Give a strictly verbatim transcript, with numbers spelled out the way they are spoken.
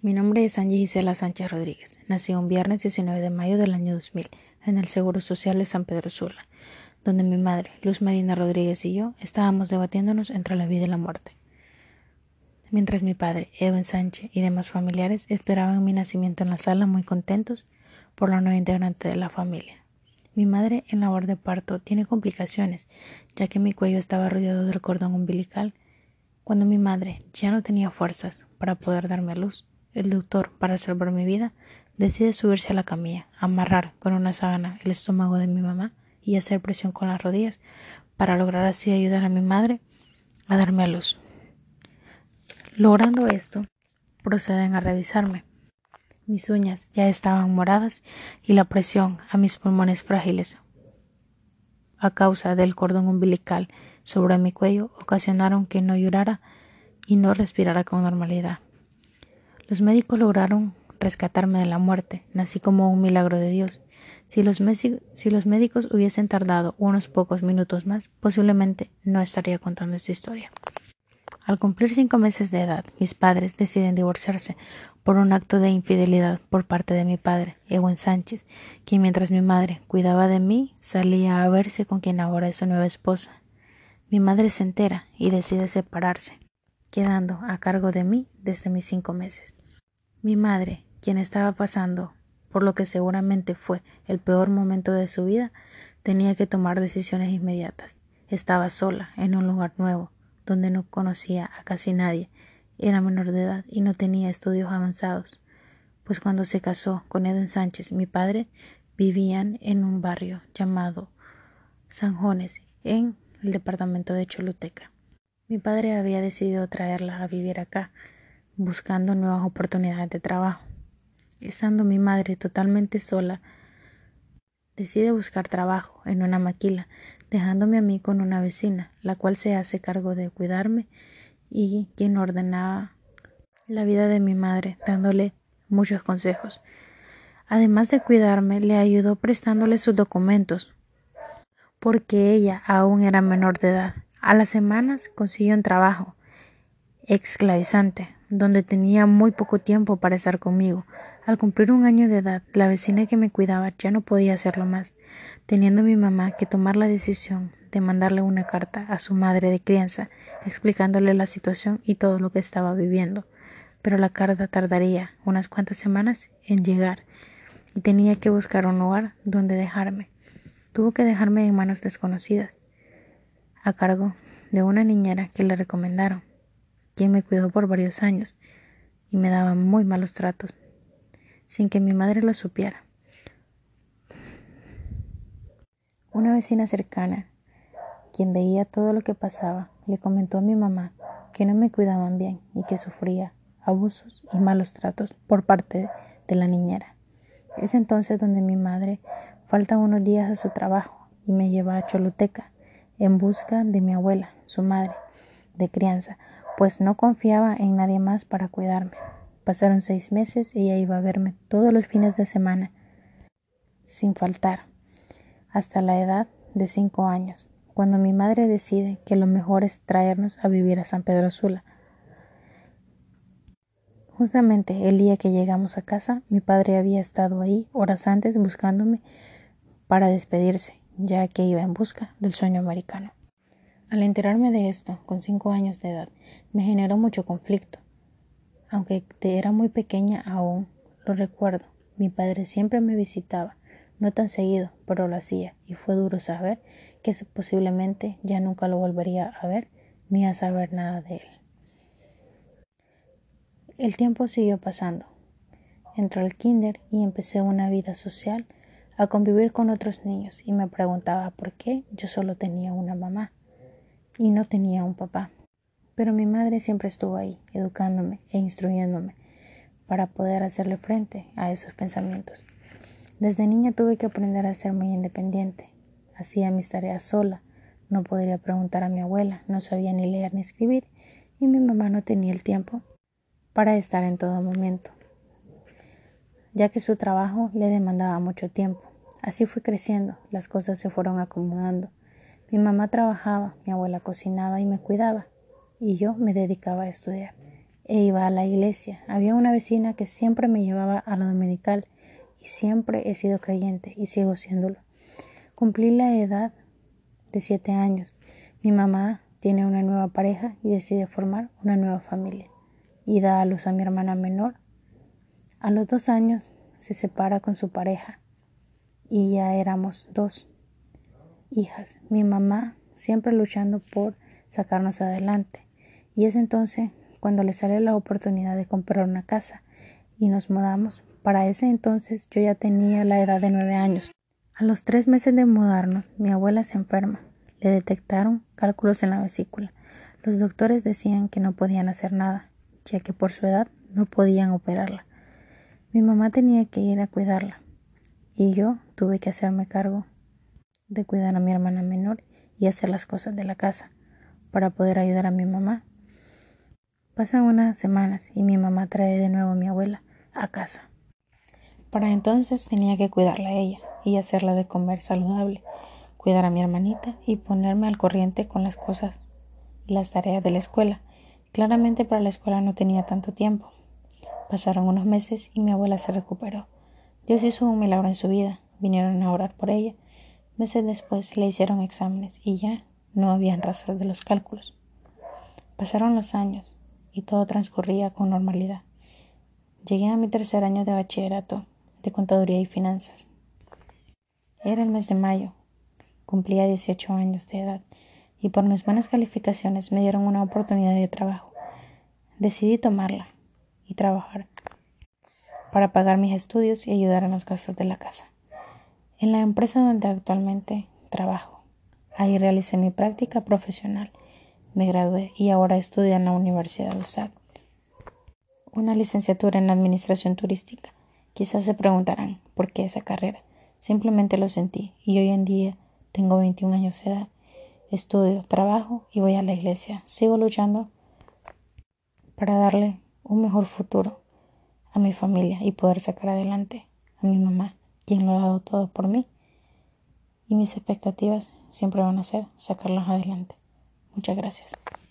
Mi nombre es Angie Gisela Sánchez Rodríguez. Nací un viernes diecinueve de mayo del año dos mil en el Seguro Social de San Pedro Sula, donde mi madre, Luz Marina Rodríguez y yo estábamos debatiéndonos entre la vida y la muerte. Mientras mi padre, Edwin Sánchez y demás familiares esperaban mi nacimiento en la sala muy contentos por la nueva integrante de la familia. Mi madre en labor de parto tiene complicaciones, ya que mi cuello estaba rodeado del cordón umbilical. Cuando mi madre ya no tenía fuerzas para poder darme a luz, el doctor, para salvar mi vida, decide subirse a la camilla, amarrar con una sábana el estómago de mi mamá y hacer presión con las rodillas para lograr así ayudar a mi madre a darme a luz. Logrando esto, proceden a revisarme. Mis uñas ya estaban moradas y la presión a mis pulmones frágiles a causa del cordón umbilical sobre mi cuello ocasionaron que no llorara y no respirara con normalidad. Los médicos lograron rescatarme de la muerte, nací como un milagro de Dios. Si los, si los médicos hubiesen tardado unos pocos minutos más, posiblemente no estaría contando esta historia. Al cumplir cinco meses de edad, mis padres deciden divorciarse por un acto de infidelidad por parte de mi padre, Edwin Sánchez, quien mientras mi madre cuidaba de mí, salía a verse con quien ahora es su nueva esposa. Mi madre se entera y decide separarse, quedando a cargo de mí desde mis cinco meses. Mi madre, quien estaba pasando por lo que seguramente fue el peor momento de su vida, tenía que tomar decisiones inmediatas. Estaba sola en un lugar nuevo, donde no conocía a casi nadie, era menor de edad y no tenía estudios avanzados, pues cuando se casó con Edwin Sánchez, mi padre, vivían en un barrio llamado San Jones, en el departamento de Choluteca. Mi padre había decidido traerla a vivir acá, buscando nuevas oportunidades de trabajo. Estando mi madre totalmente sola, decide buscar trabajo en una maquila, dejándome a mí con una vecina, la cual se hace cargo de cuidarme y quien ordenaba la vida de mi madre, dándole muchos consejos. Además de cuidarme, le ayudó prestándole sus documentos, porque ella aún era menor de edad. A las semanas consiguió un trabajo esclavizante, donde tenía muy poco tiempo para estar conmigo. Al cumplir un año de edad, la vecina que me cuidaba ya no podía hacerlo más, teniendo mi mamá que tomar la decisión de mandarle una carta a su madre de crianza, explicándole la situación y todo lo que estaba viviendo. Pero la carta tardaría unas cuantas semanas en llegar y tenía que buscar un lugar donde dejarme. Tuvo que dejarme en manos desconocidas, a cargo de una niñera que le recomendaron, quien me cuidó por varios años y me daba muy malos tratos, sin que mi madre lo supiera. Una vecina cercana, quien veía todo lo que pasaba, le comentó a mi mamá que no me cuidaban bien y que sufría abusos y malos tratos por parte de la niñera. Es entonces donde mi madre falta unos días a su trabajo y me lleva a Choluteca en busca de mi abuela, su madre de crianza, pues no confiaba en nadie más para cuidarme. Pasaron seis meses y ella iba a verme todos los fines de semana, sin faltar, hasta la edad de cinco años, cuando mi madre decide que lo mejor es traernos a vivir a San Pedro Sula. Justamente el día que llegamos a casa, mi padre había estado ahí horas antes buscándome para despedirse, ya que iba en busca del sueño americano. Al enterarme de esto, con cinco años de edad, me generó mucho conflicto. Aunque era muy pequeña aún, lo recuerdo. Mi padre siempre me visitaba, no tan seguido, pero lo hacía, y fue duro saber que posiblemente ya nunca lo volvería a ver ni a saber nada de él. El tiempo siguió pasando. Entró al kinder y empecé una vida social, a convivir con otros niños, y me preguntaba por qué yo solo tenía una mamá y no tenía un papá. Pero mi madre siempre estuvo ahí, educándome e instruyéndome para poder hacerle frente a esos pensamientos. Desde niña tuve que aprender a ser muy independiente. Hacía mis tareas sola, no podría preguntar a mi abuela, no sabía ni leer ni escribir, y mi mamá no tenía el tiempo para estar en todo momento, ya que su trabajo le demandaba mucho tiempo. Así fui creciendo, las cosas se fueron acomodando. Mi mamá trabajaba, mi abuela cocinaba y me cuidaba, y yo me dedicaba a estudiar. e iba a la iglesia. Había una vecina que siempre me llevaba a la dominical y siempre he sido creyente y sigo siéndolo. Cumplí la edad de siete años. Mi mamá tiene una nueva pareja y decide formar una nueva familia y da a luz a mi hermana menor. A los dos años se separa con su pareja y ya éramos dos hijas. Mi mamá siempre luchando por sacarnos adelante, y es entonces cuando le sale la oportunidad de comprar una casa y nos mudamos. Para ese entonces yo ya tenía la edad de nueve años. A los tres meses de mudarnos, mi abuela se enferma. Le detectaron cálculos en la vesícula. Los doctores decían que no podían hacer nada, ya que por su edad no podían operarla. Mi mamá tenía que ir a cuidarla y yo tuve que hacerme cargo de cuidar a mi hermana menor y hacer las cosas de la casa para poder ayudar a mi mamá. Pasan unas semanas y mi mamá trae de nuevo a mi abuela a casa. Para entonces tenía que cuidarla a ella y hacerla de comer saludable, cuidar a mi hermanita y ponerme al corriente con las cosas y las tareas de la escuela. Claramente para la escuela no tenía tanto tiempo. Pasaron unos meses y mi abuela se recuperó. Dios hizo un milagro en su vida. Vinieron a orar por ella. Meses después le hicieron exámenes y ya no habían rastros de los cálculos. Pasaron los años y todo transcurría con normalidad. Llegué a mi tercer año de bachillerato de contaduría y finanzas. Era el mes de mayo. Cumplía dieciocho años de edad y por mis buenas calificaciones me dieron una oportunidad de trabajo. Decidí tomarla y trabajar para pagar mis estudios y ayudar en los gastos de la casa. En la empresa donde actualmente trabajo, ahí realicé mi práctica profesional, me gradué y ahora estudio en la Universidad de U S A C, una licenciatura en Administración Turística. Quizás se preguntarán por qué esa carrera. Simplemente lo sentí y hoy en día tengo veintiún años de edad. Estudio, trabajo y voy a la iglesia. Sigo luchando para darle un mejor futuro a mi familia y poder sacar adelante a mi mamá, quien lo ha dado todo por mí. Y mis expectativas siempre van a ser sacarlos adelante. Muchas gracias.